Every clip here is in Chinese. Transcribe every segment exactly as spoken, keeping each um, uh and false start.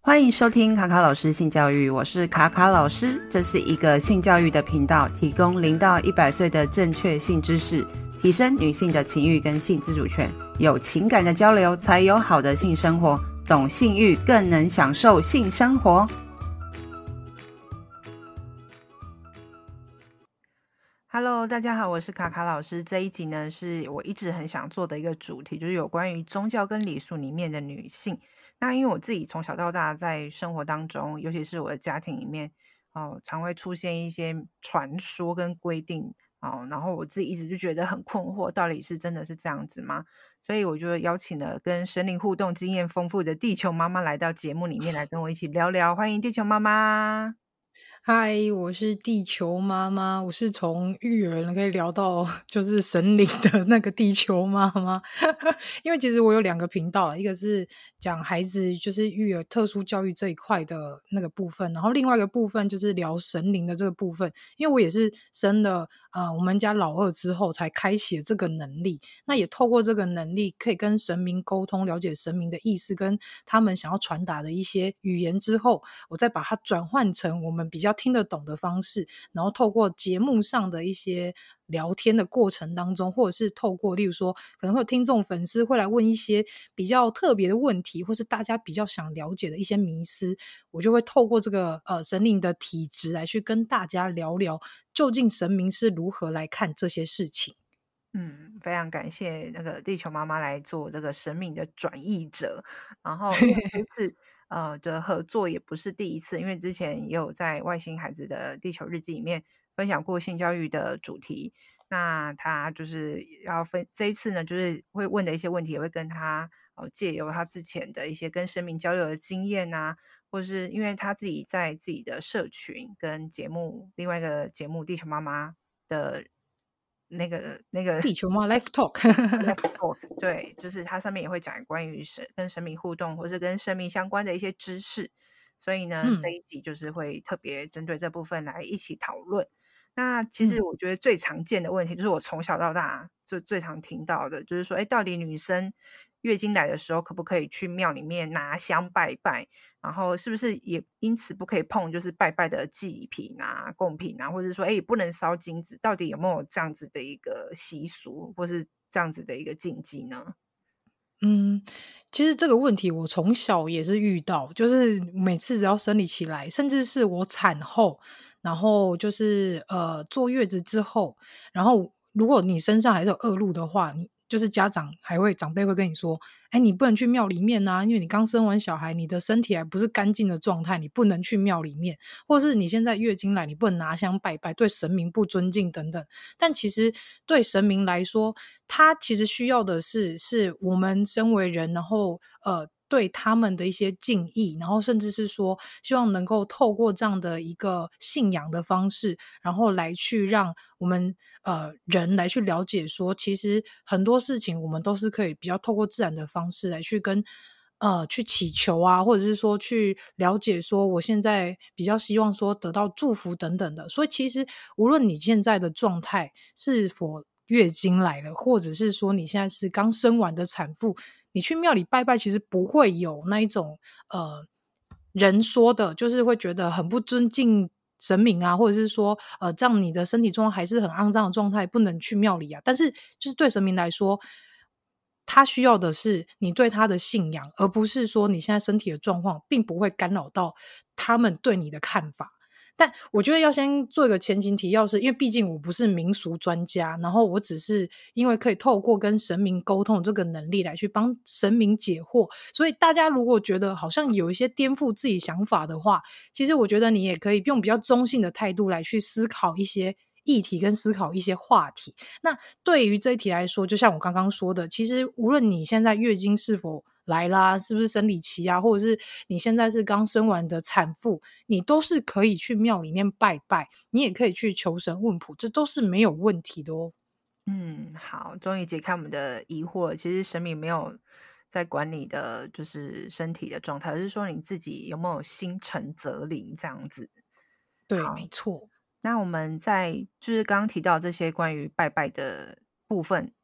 欢迎收听卡卡老师性教育，我是卡卡老师，这是一个性教育的频道，提供零到一百岁的正确性知识，提升女性的情欲跟性自主权，有情感的交流才有好的性生活，懂性欲更能享受性生活。Hello， 大家好，我是卡卡老师。这一集呢，是我一直很想做的一个主题，就是有关于宗教跟礼俗里面的女性。那因为我自己从小到大在生活当中，尤其是我的家庭里面，哦，常会出现一些传说跟规定，哦，然后我自己一直就觉得很困惑，到底是真的是这样子吗？所以我就邀请了跟神灵互动经验丰富的地球妈妈来到节目里面来跟我一起聊聊，欢迎地球妈妈。 嗨，我是地球妈妈，我是从育儿可以聊到就是神灵的那个地球妈妈。因为其实我有两个频道，一个是讲孩子就是育儿特殊教育这一块的那个部分，然后另外一个部分就是聊神灵的这个部分。因为我也是生了呃我们家老二之后才开启了这个能力，那也透过这个能力可以跟神明沟通，了解神明的意思跟他们想要传达的一些语言之后，我再把它转换成我们比较听得懂的方式，然后透过节目上的一些聊天的过程当中，或者是透过例如说可能会有听众粉丝会来问一些比较特别的问题，或是大家比较想了解的一些迷思，我就会透过这个呃神灵的体质来去跟大家聊聊究竟神明是如何来看这些事情。 嗯，非常感谢那个地球妈妈来做这个神明的转译者。然后因为这次呃的合作也不是第一次，因为之前也有在外星孩子的地球日记里面分享过性教育的主题。那他就是要分这一次呢，就是会问的一些问题，也会跟他呃借由他之前的一些跟神明交流的经验啊，或是因为他自己在自己的社群跟节目另外一个节目地球妈妈的那个那个地球妈 Life Talk。 Left Talk， 对，就是它上面也会讲关于神跟神明互动，或是跟神明相关的一些知识。所以呢，这嗯一集就是会特别针对这部分来一起讨论。那其嗯实我觉得最常见的问题，就是我从小到大就最常听到的，就是说，哎，到底女生月经来的时候可不可以去庙里面拿香拜拜？然后是不是也因此不可以碰就是拜拜的祭品啊、贡品啊，或者说哎不能烧金子，到底有没有这样子的一个习俗，或是这样子的一个禁忌呢？ 嗯，其实这个问题我从小也是遇到，就是每次只要生理期来，甚至是我产后，然后就是呃坐月子之后，然后如果你身上还是有恶露的话，你就是家长还会长辈会跟你说，哎，你不能去庙里面啊，因为你刚生完小孩，你的身体还不是干净的状态，你不能去庙里面，或是你现在月经来，你不能拿香拜拜，对神明不尊敬等等。但其实对神明来说，他其实需要的是是我们身为人，然后呃对他们的一些敬意，然后甚至是说希望能够透过这样的一个信仰的方式，然后来去让我们呃人来去了解说，其实很多事情我们都是可以比较透过自然的方式来去跟呃，去祈求啊，或者是说去了解说我现在比较希望说得到祝福等等的。所以其实无论你现在的状态是否月经来了，或者是说你现在是刚生完的产妇，你去庙里拜拜，其实不会有那一种呃人说的，就是会觉得很不尊敬神明啊，或者是说呃这样你的身体状况还是很肮脏的状态，不能去庙里啊。但是就是对神明来说，他需要的是你对他的信仰，而不是说你现在身体的状况并不会干扰到他们对你的看法。但我觉得要先做一个前情提要是，因为毕竟我不是民俗专家，然后我只是因为可以透过跟神明沟通这个能力来去帮神明解惑，所以大家如果觉得好像有一些颠覆自己想法的话，其实我觉得你也可以用比较中性的态度来去思考一些议题跟思考一些话题。那对于这一题来说，就像我刚刚说的，其实无论你现在月经是否来啦，是不是生理期啊，或者是你现在是刚生完的产妇，你都是可以去庙里面拜拜，你也可以去求神问卜，这都是没有问题的哦。 嗯，好，终于解开我们的疑惑了。其实神明没有在管你的就是身体的状态，而是说你自己有没有心诚则灵这样子。 对，没错。 那我们在就是刚刚提到这些关于拜拜的部分，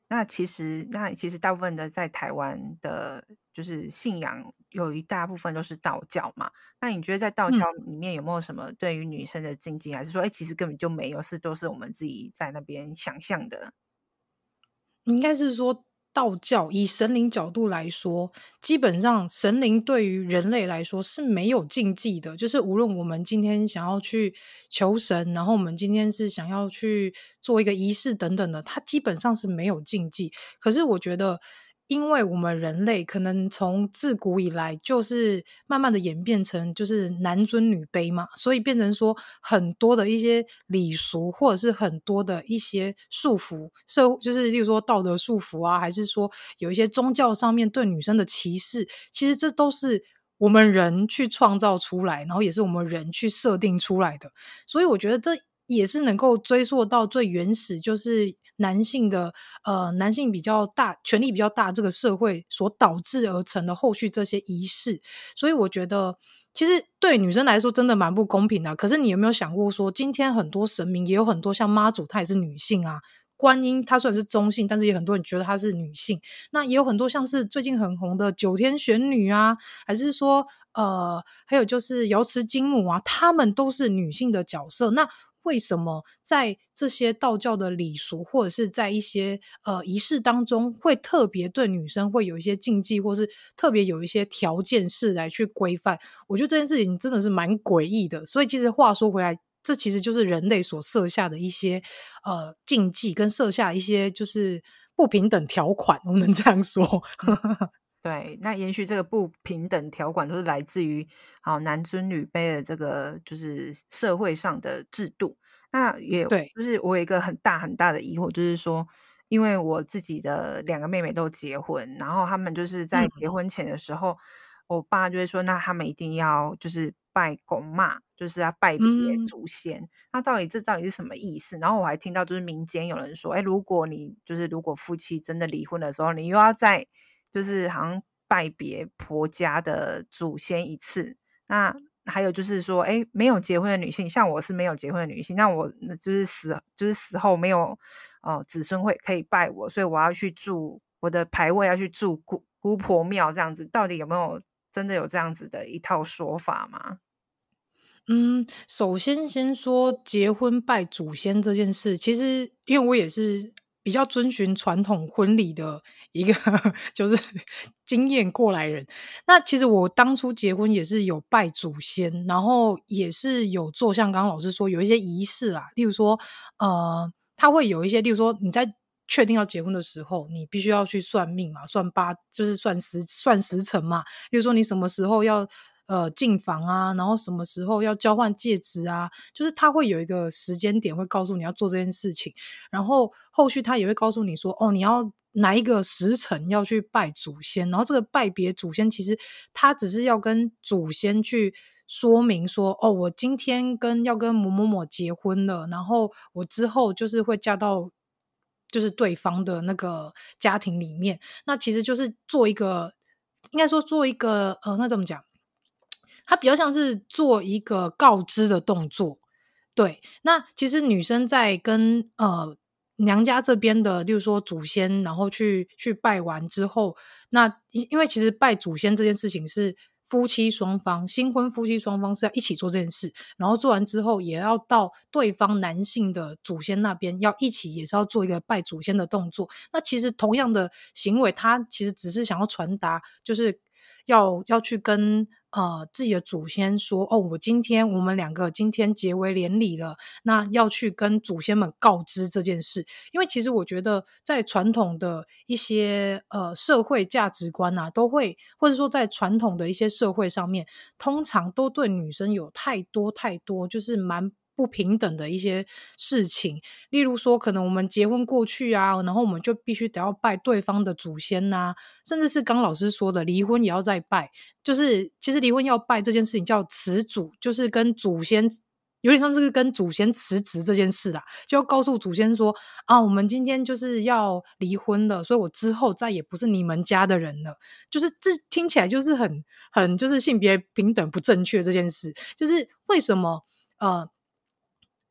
那其实那其实大部分的在台湾的就是信仰有一大部分都是道教嘛，那你觉得在道嗯。 教里面有没有什么对于女生的禁忌，还是说，哎，其实根本就没有，是都是我们自己在那边想象的？ 应该是说道教以神灵角度来说，基本上神灵对于人类来说是没有禁忌的。就是无论我们今天想要去求神，然后我们今天是想要去做一个仪式等等的，它基本上是没有禁忌。可是我觉得，因为我们人类可能从自古以来就是慢慢的演变成就是男尊女卑嘛，所以变成说很多的一些礼俗，或者是很多的一些束缚，社就是例如说道德束缚啊，还是说有一些宗教上面对女生的歧视，其实这都是我们人去创造出来，然后也是我们人去设定出来的。所以我觉得这也是能够追溯到最原始，就是男性的呃，男性比较大权力比较大这个社会所导致而成的后续这些仪式。所以我觉得其实对女生来说真的蛮不公平的啊，可是你有没有想过说，今天很多神明也有很多像妈祖她也是女性啊，观音她虽然是中性，但是也很多人觉得她是女性。那也有很多像是最近很红的九天玄女啊，还是说呃，还有就是瑶池金母啊，她们都是女性的角色。那为什么在这些道教的礼俗，或者是在一些呃仪式当中，会特别对女生会有一些禁忌，或是特别有一些条件式来去规范？我觉得这件事情真的是蛮诡异的。所以其实话说回来，这其实就是人类所设下的一些呃禁忌，跟设下一些就是不平等条款，我们能这样说。 对，那延续这个不平等条款都是来自于好男尊女卑的这个就是社会上的制度。那也对， 就是我有一个很大很大的疑惑，就是说，因为我自己的两个妹妹都结婚，然后他们就是在嗯结婚前的时候，我爸就会说，那他们一定要就是拜公妈，就是要拜别嗯祖先。那到底这到底是什么意思？然后我还听到就是民间有人说，哎，如果你就是如果夫妻真的离婚的时候，你又要在就是好像拜别婆家的祖先一次。那还有就是说，哎，没有结婚的女性，像我是没有结婚的女性，那我那就是死就是死后没有呃子孙会可以拜我，所以我要去住我的牌位要去住姑姑婆庙这样子，到底有没有真的有这样子的一套说法吗？ 嗯，首先先说结婚拜祖先这件事，其实因为我也是比较遵循传统婚礼的一个就是经验过来人。那其实我当初结婚也是有拜祖先，然后也是有做像刚刚老师说有一些仪式啊，例如说呃，他会有一些，例如说你在确定要结婚的时候，你必须要去算命嘛，算八就是算时算时辰嘛。例如说你什么时候要呃进房啊，然后什么时候要交换戒指啊，就是他会有一个时间点会告诉你要做这件事情，然后后续他也会告诉你说，哦，你要哪一个时辰要去拜祖先，然后这个拜别祖先，其实他只是要跟祖先去说明说，哦，我今天跟要跟某某某结婚了，然后我之后就是会嫁到就是对方的那个家庭里面。那其实就是做一个应该说做一个呃，那怎么讲？它比较像是做一个告知的动作。对，那其实女生在跟呃娘家这边的，例如说祖先，然后去去拜完之后，那因因为其实拜祖先这件事情是夫妻双方新婚夫妻双方是要一起做这件事，然后做完之后也要到对方男性的祖先那边要一起也是要做一个拜祖先的动作。那其实同样的行为，他其实只是想要传达，就是要要去跟呃自己的祖先说，哦，我今天我们两个今天结为连理了，那要去跟祖先们告知这件事。因为其实我觉得在传统的一些呃社会价值观啊，都会或者说在传统的一些社会上面，通常都对女生有太多太多就是蛮不平等的一些事情。例如说可能我们结婚过去啊，然后我们就必须得要拜对方的祖先呐、甚至是刚老师说的离婚也要再拜。就是其实离婚要拜这件事情叫辞祖，就是跟祖先有点像是跟祖先辞职这件事啦，就要告诉祖先说啊，我们今天就是要离婚了，所以我之后再也不是你们家的人了。就是这听起来就是很很就是性别平等不正确这件事，就是为什么呃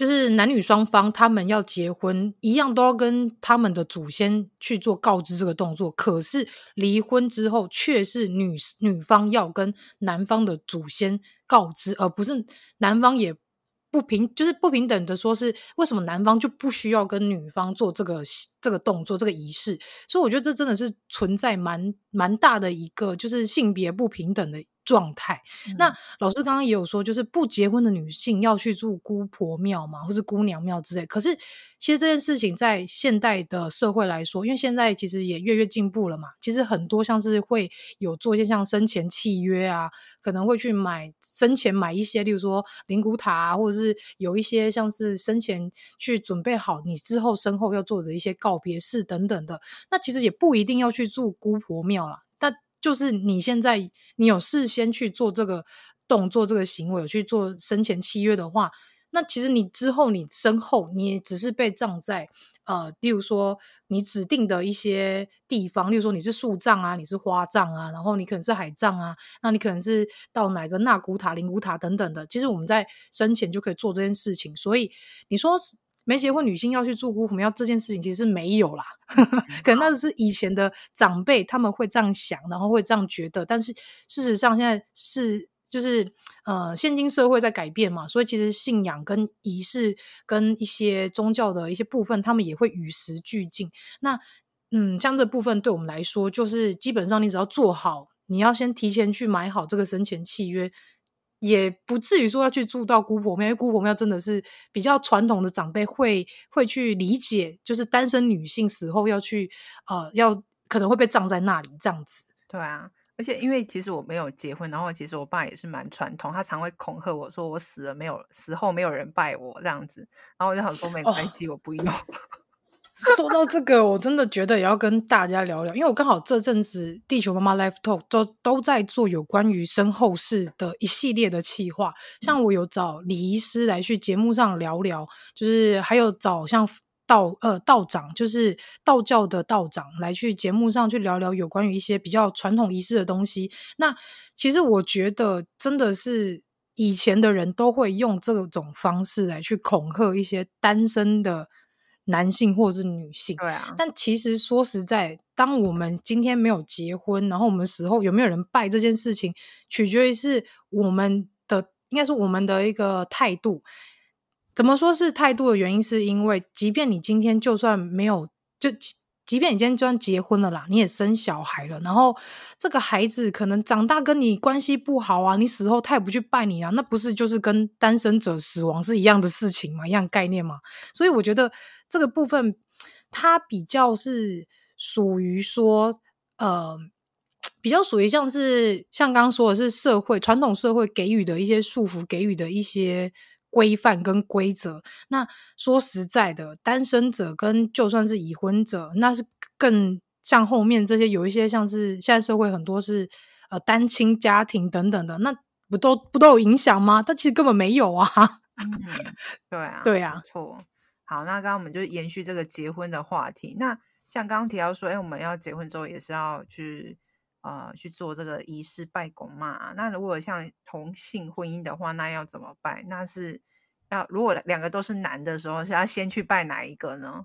就是男女双方他们要结婚一样都要跟他们的祖先去做告知这个动作，可是离婚之后却是女女方要跟男方的祖先告知，而不是男方也不平就是不平等的说是为什么男方就不需要跟女方做这个这个动作这个仪式。所以我觉得这真的是存在蛮蛮大的一个就是性别不平等的状态。 嗯、 那老师刚刚也有说就是不结婚的女性要去住姑婆庙嘛或是姑娘庙之类，可是其实这件事情在现代的社会来说，因为现在其实也越越进步了嘛，其实很多像是会有做一些像生前契约啊，可能会去买生前买一些例如说灵骨塔啊，或者是有一些像是生前去准备好你之后身后要做的一些告别式等等的，那其实也不一定要去住姑婆庙啦，但就是你现在你有事先去做这个动作这个行为，有去做生前契约的话，那其实你之后你身后你也只是被葬在呃，例如说你指定的一些地方，例如说你是树葬啊，你是花葬啊，然后你可能是海葬啊，那你可能是到哪个纳古塔灵骨塔等等的，其实我们在生前就可以做这件事情。所以你说没结婚女性要去住姑婆庙这件事情其实是没有啦可能那是以前的长辈他们会这样想，然后会这样觉得，但是事实上现在是就是呃，现今社会在改变嘛，所以其实信仰跟仪式跟一些宗教的一些部分他们也会与时俱进。那嗯，像这部分对我们来说就是基本上你只要做好，你要先提前去买好这个生前契约，也不至于说要去住到姑婆庙，因为姑婆庙真的是比较传统的长辈会会去理解，就是单身女性死后要去呃，要可能会被葬在那里这样子。 对啊，而且因为其实我没有结婚，然后其实我爸也是蛮传统，他常会恐吓我说我死了没有死后没有人拜我这样子，然后我就想说没关系、哦、我不用说到这个我真的觉得也要跟大家聊聊，因为我刚好这阵子地球妈妈 Live Talk 都都在做有关于身后事的一系列的企划，像我有找礼仪师来去节目上聊聊，就是还有找像道呃道长，就是道教的道长来去节目上去聊聊有关于一些比较传统仪式的东西。那其实我觉得真的是以前的人都会用这种方式来去恐吓一些单身的男性或是女性。 对啊， 但其实说实在，当我们今天没有结婚，然后我们死后有没有人拜这件事情，取决于是我们的应该说我们的一个态度。怎么说是态度的原因，是因为即便你今天就算没有就即便你今天就算结婚了啦，你也生小孩了，然后这个孩子可能长大跟你关系不好啊，你死后他也不去拜你啊，那不是就是跟单身者死亡是一样的事情吗？一样概念吗？所以我觉得这个部分它比较是属于说呃比较属于像是像刚刚说的是社会传统社会给予的一些束缚，给予的一些规范跟规则。那说实在的，单身者跟就算是已婚者，那是更像后面这些有一些像是现在社会很多是呃单亲家庭等等的，那不都不都有影响吗？但其实根本没有啊。 嗯，对啊， 对啊， 没错。好，那刚刚我们就延续这个结婚的话题。那像刚刚提到说，哎，我们要结婚之后也是要去呃去做这个仪式拜公嘛。那如果像同性婚姻的话，那要怎么拜？那是要如果两个都是男的时候，是要先去拜哪一个呢？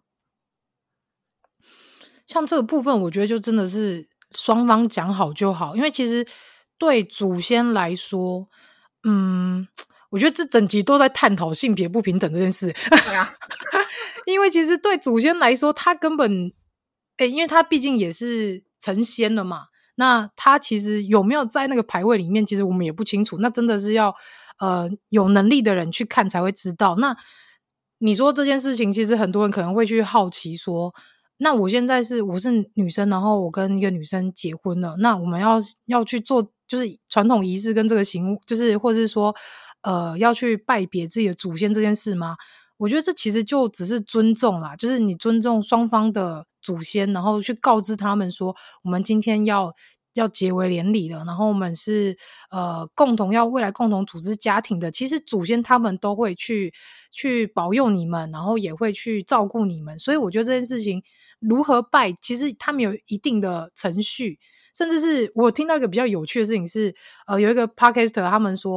像这个部分，我觉得就真的是双方讲好就好，因为其实对祖先来说，嗯，我觉得这整集都在探讨性别不平等这件事。 对啊， 因为其实对祖先来说，他根本，诶，因为他毕竟也是成仙了嘛，那他其实有没有在那个牌位里面，其实我们也不清楚。那真的是要呃有能力的人去看才会知道。那你说这件事情，其实很多人可能会去好奇说，那我现在是我是女生，然后我跟一个女生结婚了，那我们要要去做就是传统仪式跟这个行，就是或是说呃要去拜别自己的祖先这件事吗？我觉得这其实就只是尊重啦，就是你尊重双方的祖先，然后去告知他们说，我们今天要要结为连理了，然后我们是呃共同要未来共同组织家庭的。其实祖先他们都会去去保佑你们，然后也会去照顾你们。所以我觉得这件事情如何拜，其实他们有一定的程序，甚至是我听到一个比较有趣的事情是，呃，有一个 podcaster 他们说。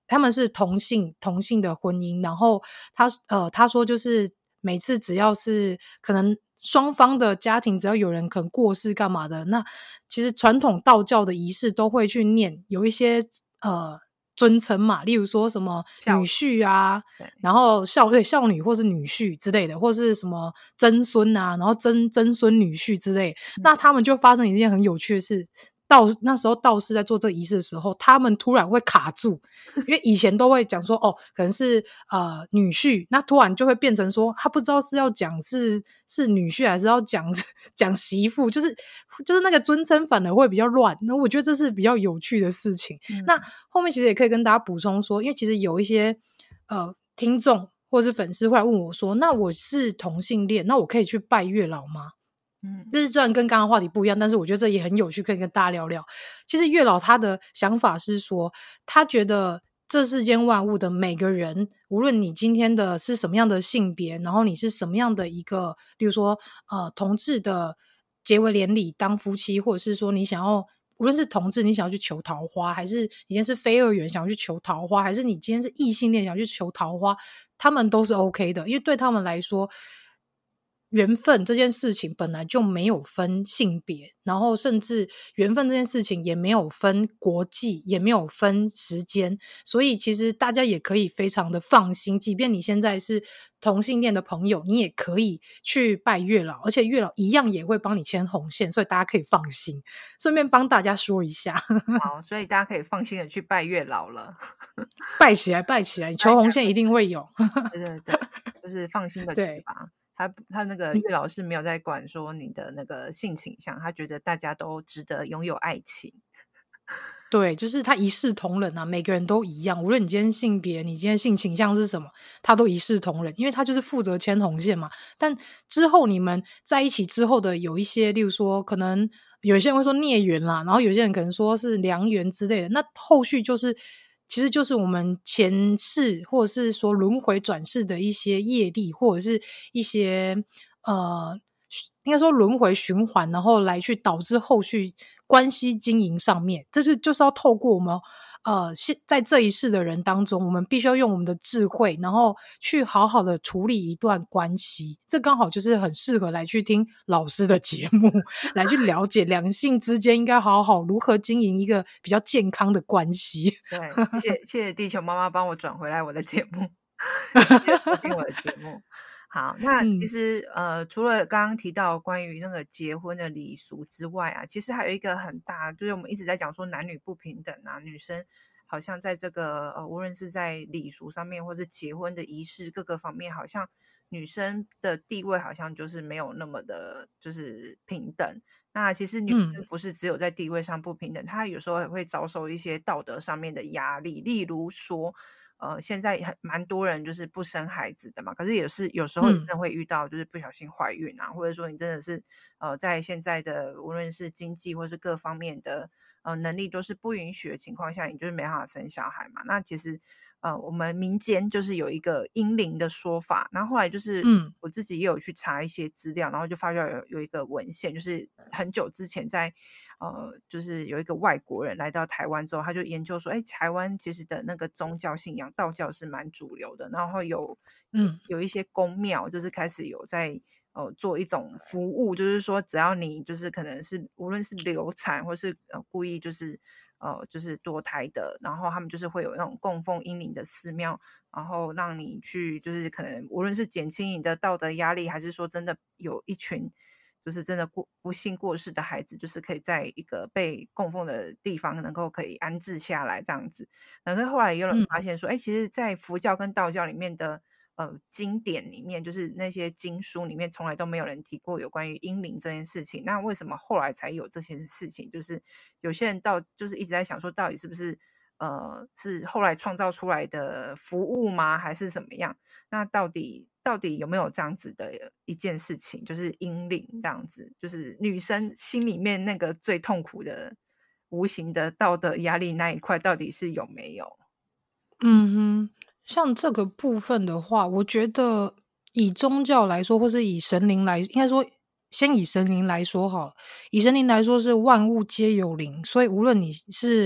他们是同性同性的婚姻，然后他呃他说就是每次只要是可能双方的家庭只要有人可能过世干嘛的，那其实传统道教的仪式都会去念有一些呃尊称嘛，例如说什么女孝婿啊， 对， 然后少对少女或是女婿之类的，或是什么曾孙啊，然后曾曾孙女婿之类， 嗯那他们就发生一件很有趣的事。道那时候道士在做这个仪式的时候，他们突然会卡住，因为以前都会讲说，哦，可能是呃女婿，那突然就会变成说，他不知道是要讲是是女婿还是要讲讲媳妇，就是就是那个尊称反而会比较乱。那我觉得这是比较有趣的事情。 嗯那后面其实也可以跟大家补充说，因为其实有一些呃听众或是粉丝会来问我说，那我是同性恋，那我可以去拜月老吗？ 嗯就是虽然跟刚刚话题不一样，但是我觉得这也很有趣，可以跟大家聊聊。其实月老他的想法是说，他觉得这世间万物的每个人，无论你今天的是什么样的性别，然后你是什么样的一个，例如说呃同志的结为连理当夫妻，或者是说你想要无论是同志你想要去求桃花，还是你今天是非二元想要去求桃花，还是你今天是异性恋想要去求桃花，他们都是 OK 的，因为对他们来说缘分这件事情本来就没有分性别，然后甚至缘分这件事情也没有分国际，也没有分时间，所以其实大家也可以非常的放心，即便你现在是同性恋的朋友，你也可以去拜月老，而且月老一样也会帮你牵红线，所以大家可以放心。顺便帮大家说一下， 好，所以大家可以放心的去拜月老了。 拜起来拜起来，你拜一下求红线一定会有。 对对对，就是放心的去对， 吧。他他那个嗯。 月老是没有在管说你的那个性倾向，他觉得大家都值得拥有爱情。 对，就是他一视同仁啊，每个人都一样，无论你今天性别，你今天性倾向是什么，他都一视同仁，因为他就是负责牵红线嘛。但之后你们在一起之后的有一些，例如说，可能有些人会说孽缘啦，然后有些人可能说是良缘之类的，那后续就是其实就是我们前世或者是说轮回转世的一些业力，或者是一些呃应该说轮回循环，然后来去导致后续关系经营上面，这是就是要透过我们呃现在这一世的人当中，我们必须要用我们的智慧，然后去好好的处理一段关系。这刚好就是很适合来去听老师的节目，来去了解两性之间应该好好如何经营一个比较健康的关系。 对，谢谢谢谢地球妈妈帮我转回来我的节目，谢谢收听我的节目。好，那其嗯实呃，除了刚刚提到关于那个结婚的礼俗之外啊，其实还有一个很大，就是我们一直在讲说男女不平等啊，女生好像在这个呃，无论是在礼俗上面，或是结婚的仪式各个方面，好像女生的地位好像就是没有那么的，就是平等。那其实女嗯生不是只有在地位上不平等，她有时候也会遭受一些道德上面的压力，例如说，呃，现在很蛮多人就是不生孩子的嘛，可是也是有时候也真嗯的会遇到，就是不小心怀孕啊，或者说你真的是呃，在现在的无论是经济或是各方面的呃能力都是不允许的情况下，你就是没办法生小孩嘛。那其实呃，我们民间就是有一个婴灵的说法，然后后来就是嗯我自己也有去查一些资料，然后就发现有有一个文献，就是很久之前在呃，就是有一个外国人来到台湾之后，他就研究说，哎，台湾其实的那个宗教信仰道教是蛮主流的，然后有嗯有一些宫庙就是开始有在呃做一种服务，就是说只要你就是可能是无论是流产或是呃故意就是呃就是堕胎的，然后他们就是会有那种供奉阴灵的寺庙，然后让你去就是可能无论是减轻你的道德压力，还是说真的有一群就是真的过不幸过世的孩子，就是可以在一个被供奉的地方能够可以安置下来这样子。可是后来也有人嗯发现说，哎，其实在佛教跟道教里面的呃经典里面，就是那些经书里面从来都没有人提过有关于阴灵这件事情。那为什么后来才有这些事情？就是有些人到就是一直在想说，到底是不是呃是后来创造出来的服务吗？还是什么样？那到底到底有没有这样子的一件事情，就是阴灵这样子，就是女生心里面那个最痛苦的无形的道德压力那一块，到底是有没有？ 嗯哼，像这个部分的话，我觉得以宗教来说，或是以神灵来，应该说先以神灵来说好了，以神灵来说是万物皆有灵，所以无论你是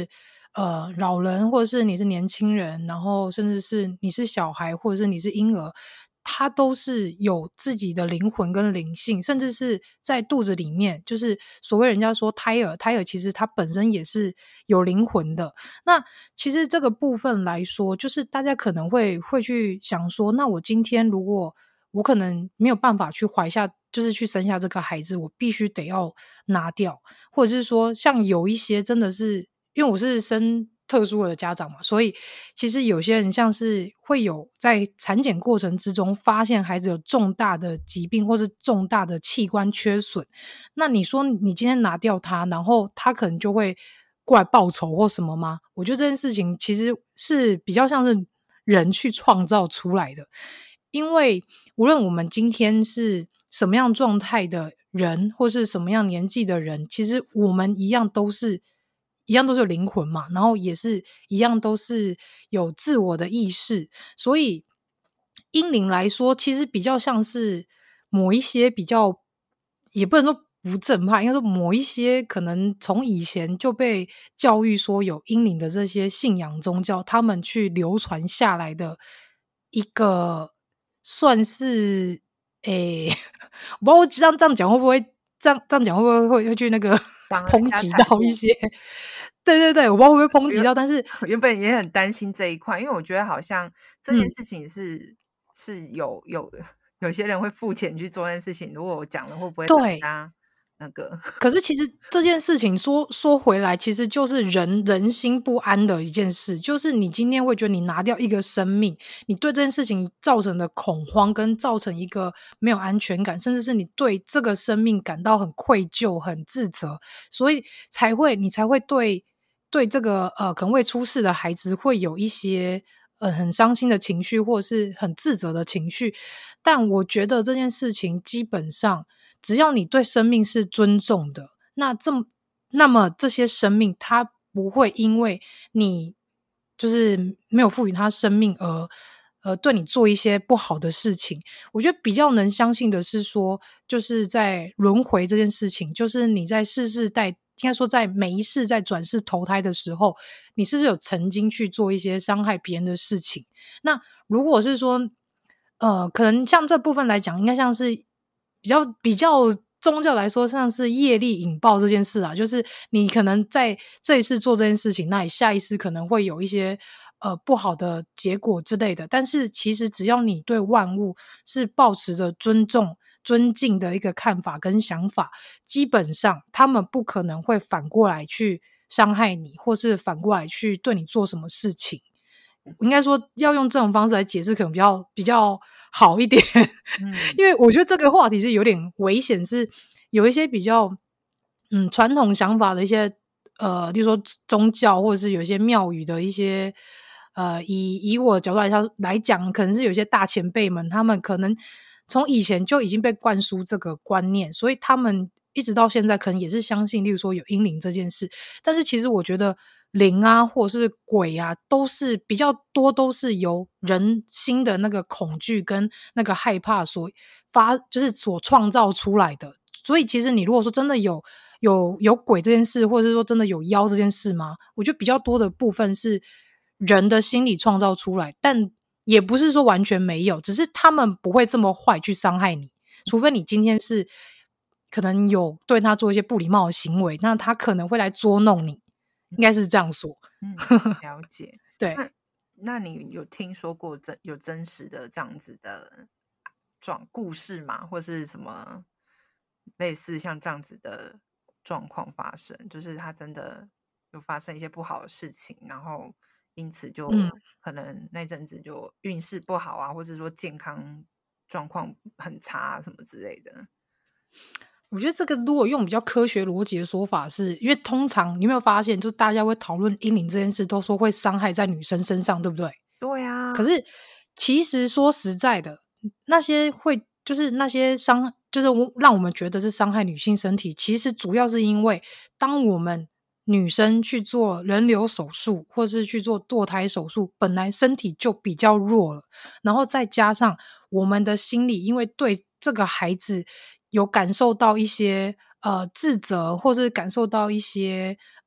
呃老人，或者是你是年轻人，然后甚至是你是小孩，或者是你是婴儿，他都是有自己的灵魂跟灵性，甚至是在肚子里面，就是所谓人家说胎儿，胎儿其实它本身也是有灵魂的。那其实这个部分来说，就是大家可能会会去想说，那我今天如果我可能没有办法去怀下，就是去生下这个孩子，我必须得要拿掉，或者是说像有一些真的是因为我是生特殊的家长嘛，所以其实有些人像是会有在产检过程之中发现孩子有重大的疾病或是重大的器官缺损，那你说你今天拿掉他，然后他可能就会过来报仇或什么吗？我觉得这件事情其实是比较像是人去创造出来的，因为无论我们今天是什么样状态的人，或是什么样年纪的人，其实我们一样都是一样都是有灵魂嘛，然后也是一样都是有自我的意识，所以婴灵来说，其实比较像是某一些比较，也不能说不正派，应该说某一些可能从以前就被教育说有婴灵的这些信仰宗教，他们去流传下来的一个算是诶，我不知道我这样这样讲会不会这样这样讲会不会会会去那个挡人抨击家财路。 到一些对对对，我不知道会不会抨击原到，但是原本也很担心这一块，因为我觉得好像这件嗯。 事情是是有有有些人会付钱去做这件事情，如果我讲了会不会让人对。 家那个可是其实这件事情说说回来，其实就是人人心不安的一件事。就是你今天会觉得你拿掉一个生命，你对这件事情造成的恐慌，跟造成一个没有安全感，甚至是你对这个生命感到很愧疚、很自责，所以才会你才会对对这个呃可能会出事的孩子会有一些呃很伤心的情绪，或者是很自责的情绪。但我觉得这件事情基本上，只要你对生命是尊重的，那这么那么这些生命它不会因为你就是没有赋予它生命而呃对你做一些不好的事情。我觉得比较能相信的是说，就是在轮回这件事情，就是你在世世代应该说在每一世在转世投胎的时候，你是不是有曾经去做一些伤害别人的事情？那如果是说呃，可能像这部分来讲，应该像是比较比较宗教来说，像是业力引爆这件事啊，就是你可能在这一世做这件事情，那你下一世可能会有一些呃不好的结果之类的。但是其实只要你对万物是抱持着尊重、尊敬的一个看法跟想法，基本上他们不可能会反过来去伤害你，或是反过来去对你做什么事情。应该说要用这种方式来解释可能比较比较好一点。 嗯因为我觉得这个话题是有点危险，是有一些比较嗯传统想法的一些呃，例如说宗教，或者是有一些庙宇的一些呃，以以我的角度来讲来讲，可能是有一些大前辈们，他们可能从以前就已经被灌输这个观念，所以他们一直到现在可能也是相信，例如说有阴灵这件事。但是其实我觉得灵啊，或者是鬼啊，都是比较多都是由人心的那个恐惧跟那个害怕所发就是所创造出来的。所以其实你如果说真的有有有鬼这件事，或者是说真的有妖这件事吗？我觉得比较多的部分是人的心理创造出来，但也不是说完全没有，只是他们不会这么坏去伤害你。除非你今天是可能有对他做一些不礼貌的行为，那他可能会来捉弄你，应该是这样说。 嗯，了解。 对。 那那你有听说过真有真实的这样子的状故事吗？或是什么类似像这样子的状况发生？就是他真的有发生一些不好的事情，然后因此就嗯。 可能那阵子就运势不好啊，或是说健康状况很差啊什么之类的。 我觉得这个如果用比较科学逻辑的说法是，因为通常你有没有发现，就大家会讨论阴灵这件事，都说会伤害在女生身上，对不对？ 对啊。 可是其实说实在的，那些会就是那些伤，就是让我们觉得是伤害女性身体，其实主要是因为当我们女生去做人流手术，或是去做堕胎手术，本来身体就比较弱了，然后再加上我们的心理，因为对这个孩子有感受到一些呃自责，或是感受到一些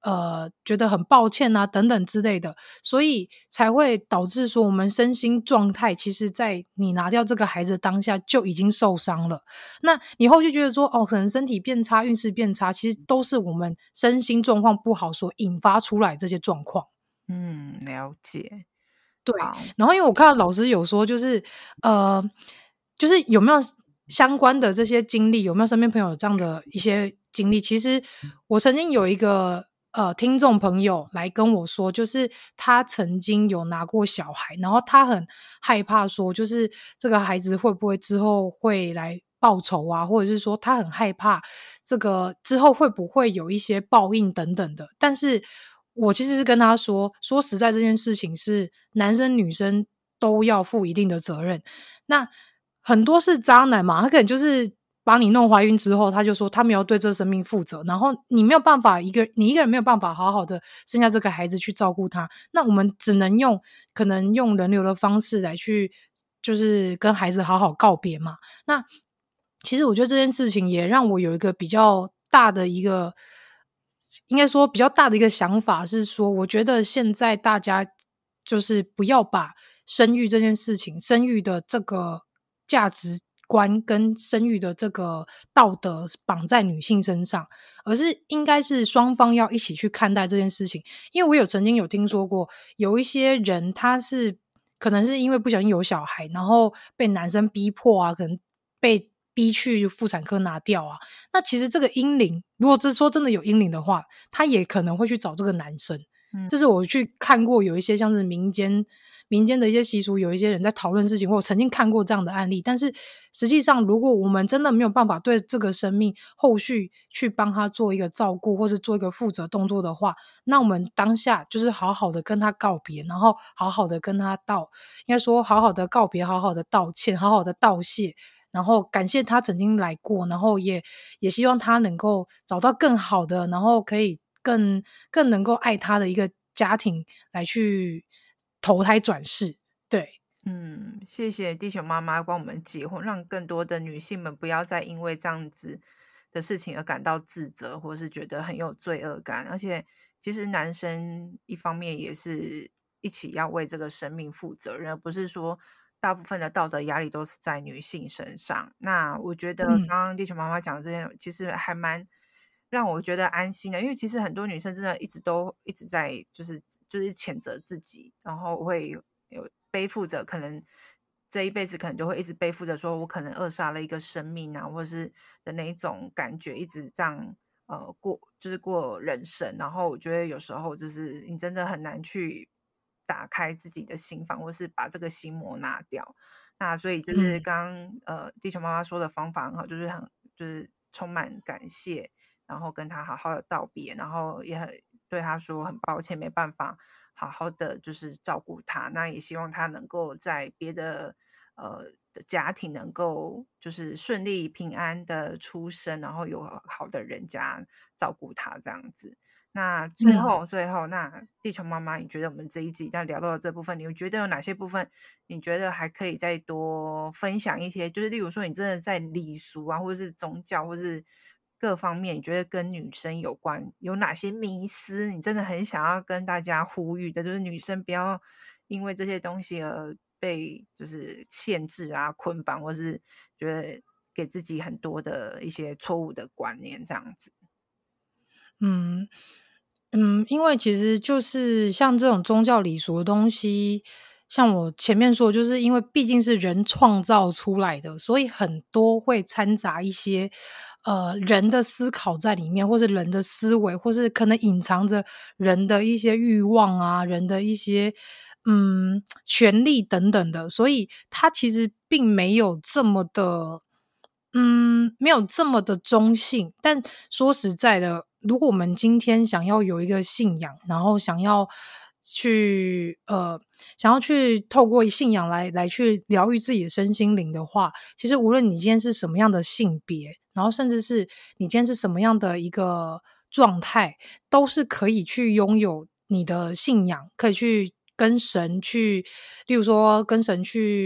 呃觉得很抱歉啊等等之类的，所以才会导致说我们身心状态其实在你拿掉这个孩子当下就已经受伤了。那你后续觉得说哦可能身体变差运势变差，其实都是我们身心状况不好所引发出来这些状况。 嗯，了解。 对， 好。 然后因为我看到老师有说就是呃，就是有没有相关的这些经历，有没有身边朋友有这样的一些经历。其实我曾经有一个呃听众朋友来跟我说，就是他曾经有拿过小孩，然后他很害怕说，就是这个孩子会不会之后会来报仇啊，或者是说他很害怕这个之后会不会有一些报应等等的。但是我其实是跟他说，说实在这件事情是男生女生都要负一定的责任。那很多是渣男嘛，他可能就是把你弄怀孕之后，他就说他没有对这个生命负责，然后你没有办法一个你一个人没有办法好好的生下这个孩子去照顾他，那我们只能用可能用人流的方式来去就是跟孩子好好告别嘛。那其实我觉得这件事情也让我有一个比较大的一个应该说比较大的一个想法是说，我觉得现在大家就是不要把生育这件事情，生育的这个价值观跟生育的这个道德绑在女性身上，而是应该是双方要一起去看待这件事情。因为我有曾经有听说过，有一些人他是可能是因为不小心有小孩，然后被男生逼迫啊，可能被逼去妇产科拿掉啊。那其实这个婴灵，如果是说真的有婴灵的话，他也可能会去找这个男生。 嗯。 这是我去看过有一些像是民间民间的一些习俗，有一些人在讨论事情，或我曾经看过这样的案例。但是实际上，如果我们真的没有办法对这个生命后续去帮他做一个照顾，或是做一个负责动作的话，那我们当下就是好好的跟他告别，然后好好的跟他道，应该说好好的告别，好好的道歉，好好的道谢。然后感谢他曾经来过，然后也也希望他能够找到更好的，然后可以更更能够爱他的一个家庭来去投胎转世。对。 嗯，谢谢地球妈妈帮我们解惑，让更多的女性们不要再因为这样子的事情而感到自责，或是觉得很有罪恶感。而且，其实男生一方面也是一起要为这个生命负责任，而不是说大部分的道德压力都是在女性身上。那我觉得嗯。 刚刚地球妈妈讲的这些，其实还蛮让我觉得安心的，因为其实很多女生真的一直都一直在就是就是谴责自己，然后会有有背负着可能这一辈子可能就会一直背负着说我可能扼杀了一个生命啊，或者是的那一种感觉，一直这样呃过就是过人生。然后我觉得有时候就是你真的很难去打开自己的心房，或是把这个心魔拿掉。那所以就是嗯。 刚刚呃地球妈妈说的方法很好，就是很就是充满感谢，然后跟他好好的道别，然后也很对他说很抱歉没办法好好的就是照顾他。那也希望他能够在别的呃的家庭能够就是顺利平安的出生，然后有好的人家照顾他这样子。那最嗯。 后最后，那地球妈妈，你觉得我们这一集在聊到的这部分，你觉得有哪些部分你觉得还可以再多分享一些？就是例如说，你真的在礼俗啊，或者是宗教，或是各方面，你觉得跟女生有关，有哪些迷思，你真的很想要跟大家呼吁的，就是女生不要因为这些东西而被就是限制啊、捆绑，或是觉得给自己很多的一些错误的观念这样子。 嗯。嗯，因为其实就是像这种宗教礼俗的东西，像我前面说的，就是因为毕竟是人创造出来的，所以很多会掺杂一些呃人的思考在里面，或是人的思维，或是可能隐藏着人的一些欲望啊，人的一些嗯权利等等的，所以它其实并没有这么的。嗯，没有这么的中性。但说实在的，如果我们今天想要有一个信仰，然后想要去呃，想要去透过信仰来来去疗愈自己的身心灵的话，其实无论你今天是什么样的性别，然后甚至是你今天是什么样的一个状态，都是可以去拥有你的信仰，可以去跟神去例如说跟神去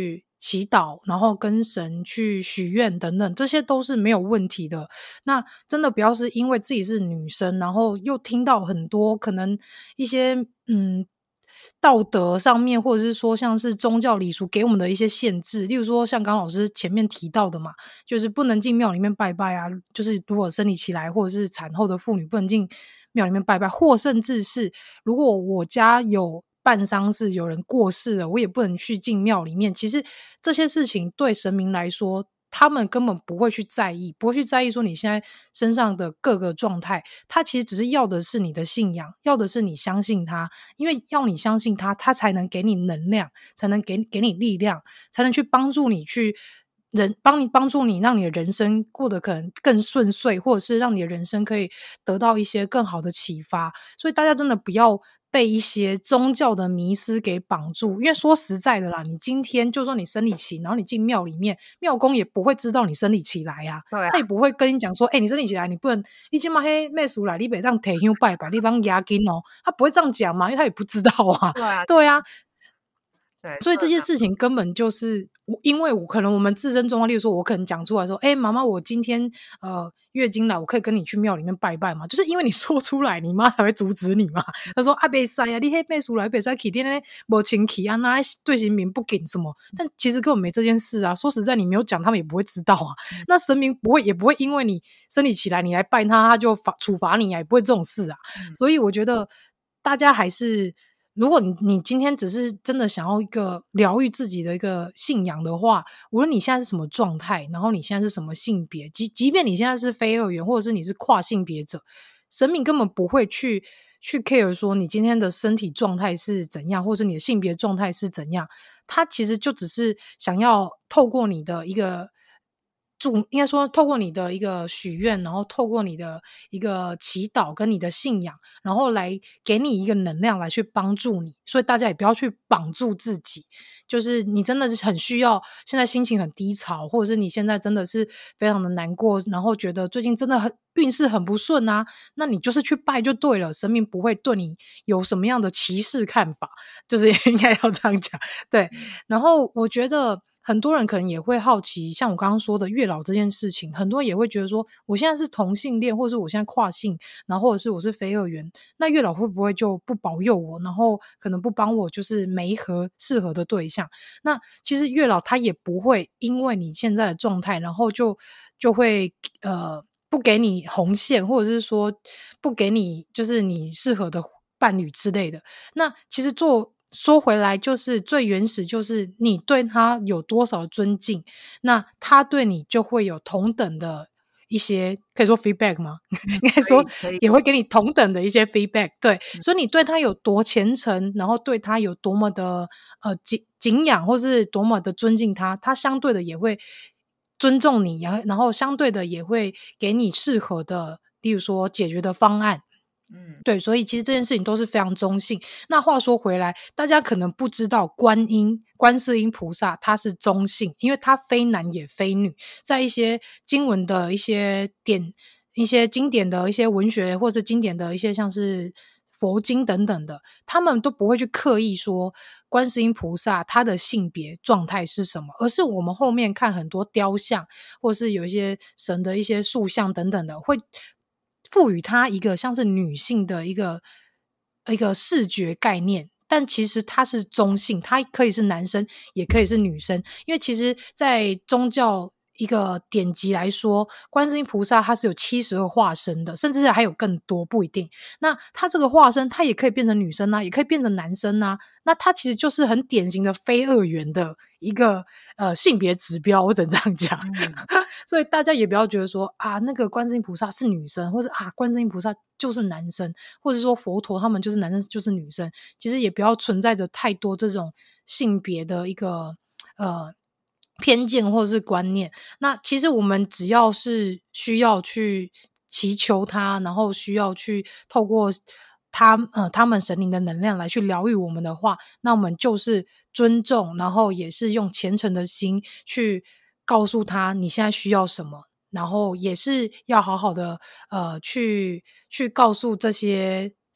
祈祷，然后跟神去许愿等等，这些都是没有问题的。那真的不要是因为自己是女生，然后又听到很多可能一些嗯道德上面，或者是说像是宗教礼俗给我们的一些限制，例如说像刚刚老师前面提到的嘛，就是不能进庙里面拜拜啊，就是如果生理期来或者是产后的妇女不能进庙里面拜拜，或甚至是如果我家有办丧事，有人过世了，我也不能去进庙里面。其实这些事情对神明来说，他们根本不会去在意，不会去在意说你现在身上的各个状态，他其实只是要的是你的信仰，要的是你相信他，因为要你相信他，他才能给你能量，才能给给你力量，才能去帮助你去人帮你帮助你，让你的人生过得可能更顺遂，或者是让你的人生可以得到一些更好的启发。所以大家真的不要被一些宗教的迷思给绑住，因为说实在的啦，你今天就算你生理期，然后你进庙里面，庙公也不会知道你生理期来啊， 对啊， 他也不会跟你讲说，哎、欸，你生理期来，你不能，你今嘛黑妹叔来，你别这样提香拜拜，你帮压惊哦，他不会这样讲嘛，因为他也不知道啊， 对啊， 对啊， 对， 所以这件事情根本就是因为我可能我们自身状况，例如说我可能讲出来说，哎、欸，妈妈，我今天呃月经来，我可以跟你去庙里面拜拜嘛？就是因为你说出来，你妈才会阻止你嘛。她说啊，别塞啊，你黑妹出来别塞，起天天没清气啊，那对神明不给什么？但其实根本没这件事啊。说实在，你没有讲，他们也不会知道啊。 嗯那神明不会也不会因为你生理起来你来拜他，他就罚处罚你啊，也不会这种事啊。 嗯所以我觉得大家还是。如果你你今天只是真的想要一个疗愈自己的一个信仰的话，无论你现在是什么状态，然后你现在是什么性别，即即便你现在是非二元，或者是你是跨性别者，神明根本不会去去 care 说你今天的身体状态是怎样，或是你的性别状态是怎样，他其实就只是想要透过你的一个祝应该说透过你的一个许愿，然后透过你的一个祈祷跟你的信仰，然后来给你一个能量来去帮助你。所以大家也不要去绑住自己，就是你真的是很需要，现在心情很低潮，或者是你现在真的是非常的难过，然后觉得最近真的很运势很不顺啊，那你就是去拜就对了，神明不会对你有什么样的歧视看法，就是应该要这样讲。对，然后我觉得很多人可能也会好奇，像我刚刚说的月老这件事情，很多人也会觉得说，我现在是同性恋，或者是我现在跨性，然后或者是我是非二元，那月老会不会就不保佑我，然后可能不帮我就是媒合适合的对象？那其实月老他也不会因为你现在的状态，然后就就会呃不给你红线，或者是说不给你就是你适合的伴侣之类的。那其实做说回来，就是最原始，就是你对他有多少尊敬，那他对你就会有同等的一些，可以说 feedback 吗？应该说可以， 也会给你同等的一些 feedback。对， 嗯所以你对他有多虔诚，然后对他有多么的呃敬敬仰，或是多么的尊敬他，他相对的也会尊重你，然后然后相对的也会给你适合的，例如说解决的方案。 嗯对，所以其实这件事情都是非常中性。那话说回来，大家可能不知道观音、观世音菩萨他是中性，因为他非男也非女，在一些经文的一些典、一些经典的一些文学，或是经典的一些像是佛经等等的，他们都不会去刻意说观世音菩萨他的性别状态是什么，而是我们后面看很多雕像，或是有一些神的一些塑像等等的，会赋予它一个像是女性的一个一个视觉概念，但其实它是中性，它可以是男生，也可以是女生。因为其实在宗教一个典籍来说，观世音菩萨他是有七十个化身的，甚至还有更多，不一定。那他这个化身，他也可以变成女生啊，也可以变成男生啊。那他其实就是很典型的非二元的一个呃性别指标，我只能这样讲。 嗯所以大家也不要觉得说啊，那个观世音菩萨是女生，或者啊，观世音菩萨就是男生，或者说佛陀他们就是男生就是女生，其实也不要存在着太多这种性别的一个呃偏见或者是观念。那其实我们只要是需要去祈求他，然后需要去透过他呃他们神灵的能量来去疗愈我们的话，那我们就是尊重，然后也是用虔诚的心去告诉他你现在需要什么，然后也是要好好的呃去去告诉这些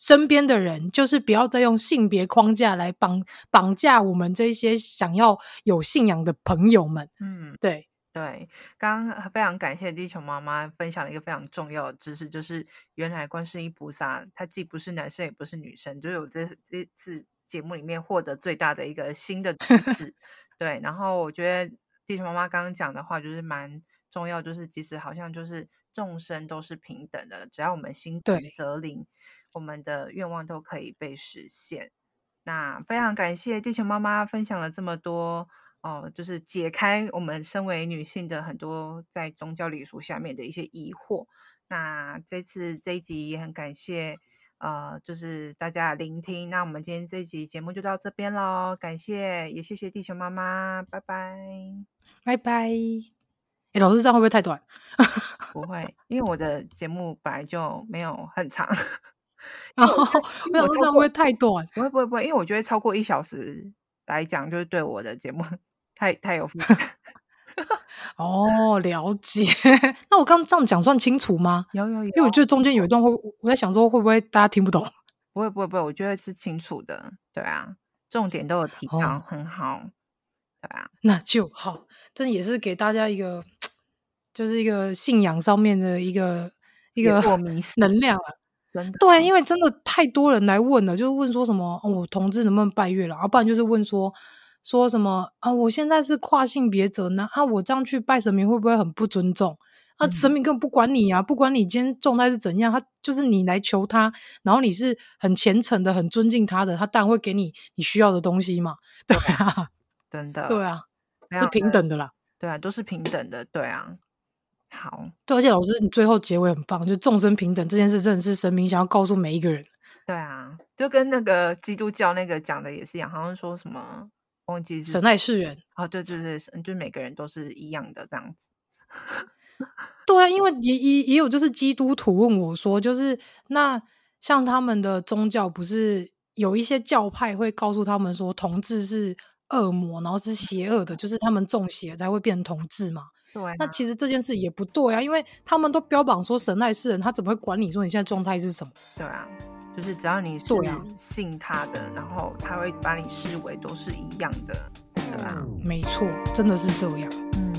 身边的人，就是不要再用性别框架来绑绑架我们这些想要有信仰的朋友们。 嗯， 对对，刚刚非常感谢地球妈妈分享了一个非常重要的知识，就是原来观世音菩萨他既不是男生也不是女生，就是我这这次节目里面获得最大的一个新的知识。对，然后我觉得地球妈妈刚刚讲的话就是蛮重要，就是其实好像就是众生都是平等的，只要我们心诚对， 则灵，我们的愿望都可以被实现。那非常感谢地球妈妈分享了这么多哦，就是解开我们身为女性的很多在宗教礼俗下面的一些疑惑。那这次这一集也很感谢呃，就是大家的聆听。那我们今天这一集节目就到这边咯，感谢也谢谢地球妈妈，拜拜。 拜拜。诶，老师这样会不会太短？ 不会，因为我的节目本来就没有很长。 然后因为我觉得因我想说为我超过这样会不会太短？ 不会不会不会，因为我觉得超过一小时来讲，就是对我的节目太太有负担。 哦，了解。那我刚刚这样讲算清楚吗？ 有有有， 因为我觉得中间有一段会我在想说会不会大家听不懂？ 不会不会不会，我觉得是清楚的，对啊，重点都有提到， 哦， 很好，对啊， 那就好。这也是给大家一个就是一个信仰上面的一个一解个惑迷思， 能量啊。 真的， 对，因为真的太多人来问了，就是问说什么，哦，我同志能不能拜月老？啊，不然就是问说说什么啊，我现在是跨性别者呢，啊，我这样去拜神明会不会很不尊重？啊，神嗯， 明根本不管你啊，不管你今天状态是怎样，他就是你来求他，然后你是很虔诚的、很尊敬他的，他当然会给你你需要的东西嘛。对啊， 真的， 对啊，是非常的， 平等的啦。 对啊，都是平等的，对啊，好， 对，而且老师你最后结尾很棒，就众生平等这件事真的是神明想要告诉每一个人。 对啊，就跟那个基督教那个讲的也是一样，好像说什么忘记是神爱世人。 哦，对对对，是就每个人都是一样的这样子。 对啊，因为也也也有就是基督徒问我说，就是那像他们的宗教不是有一些教派会告诉他们说同志是恶魔，然后是邪恶的，就是他们中邪才会变成同志嘛。 对啊， 那其实这件事也不对啊，因为他们都标榜说神爱世人，他怎么会管你说你现在状态是什么？ 对啊，就是只要你是对啊， 信他的，然后他会把你视为都是一样的，对啊， 没错，真的是这样。 嗯。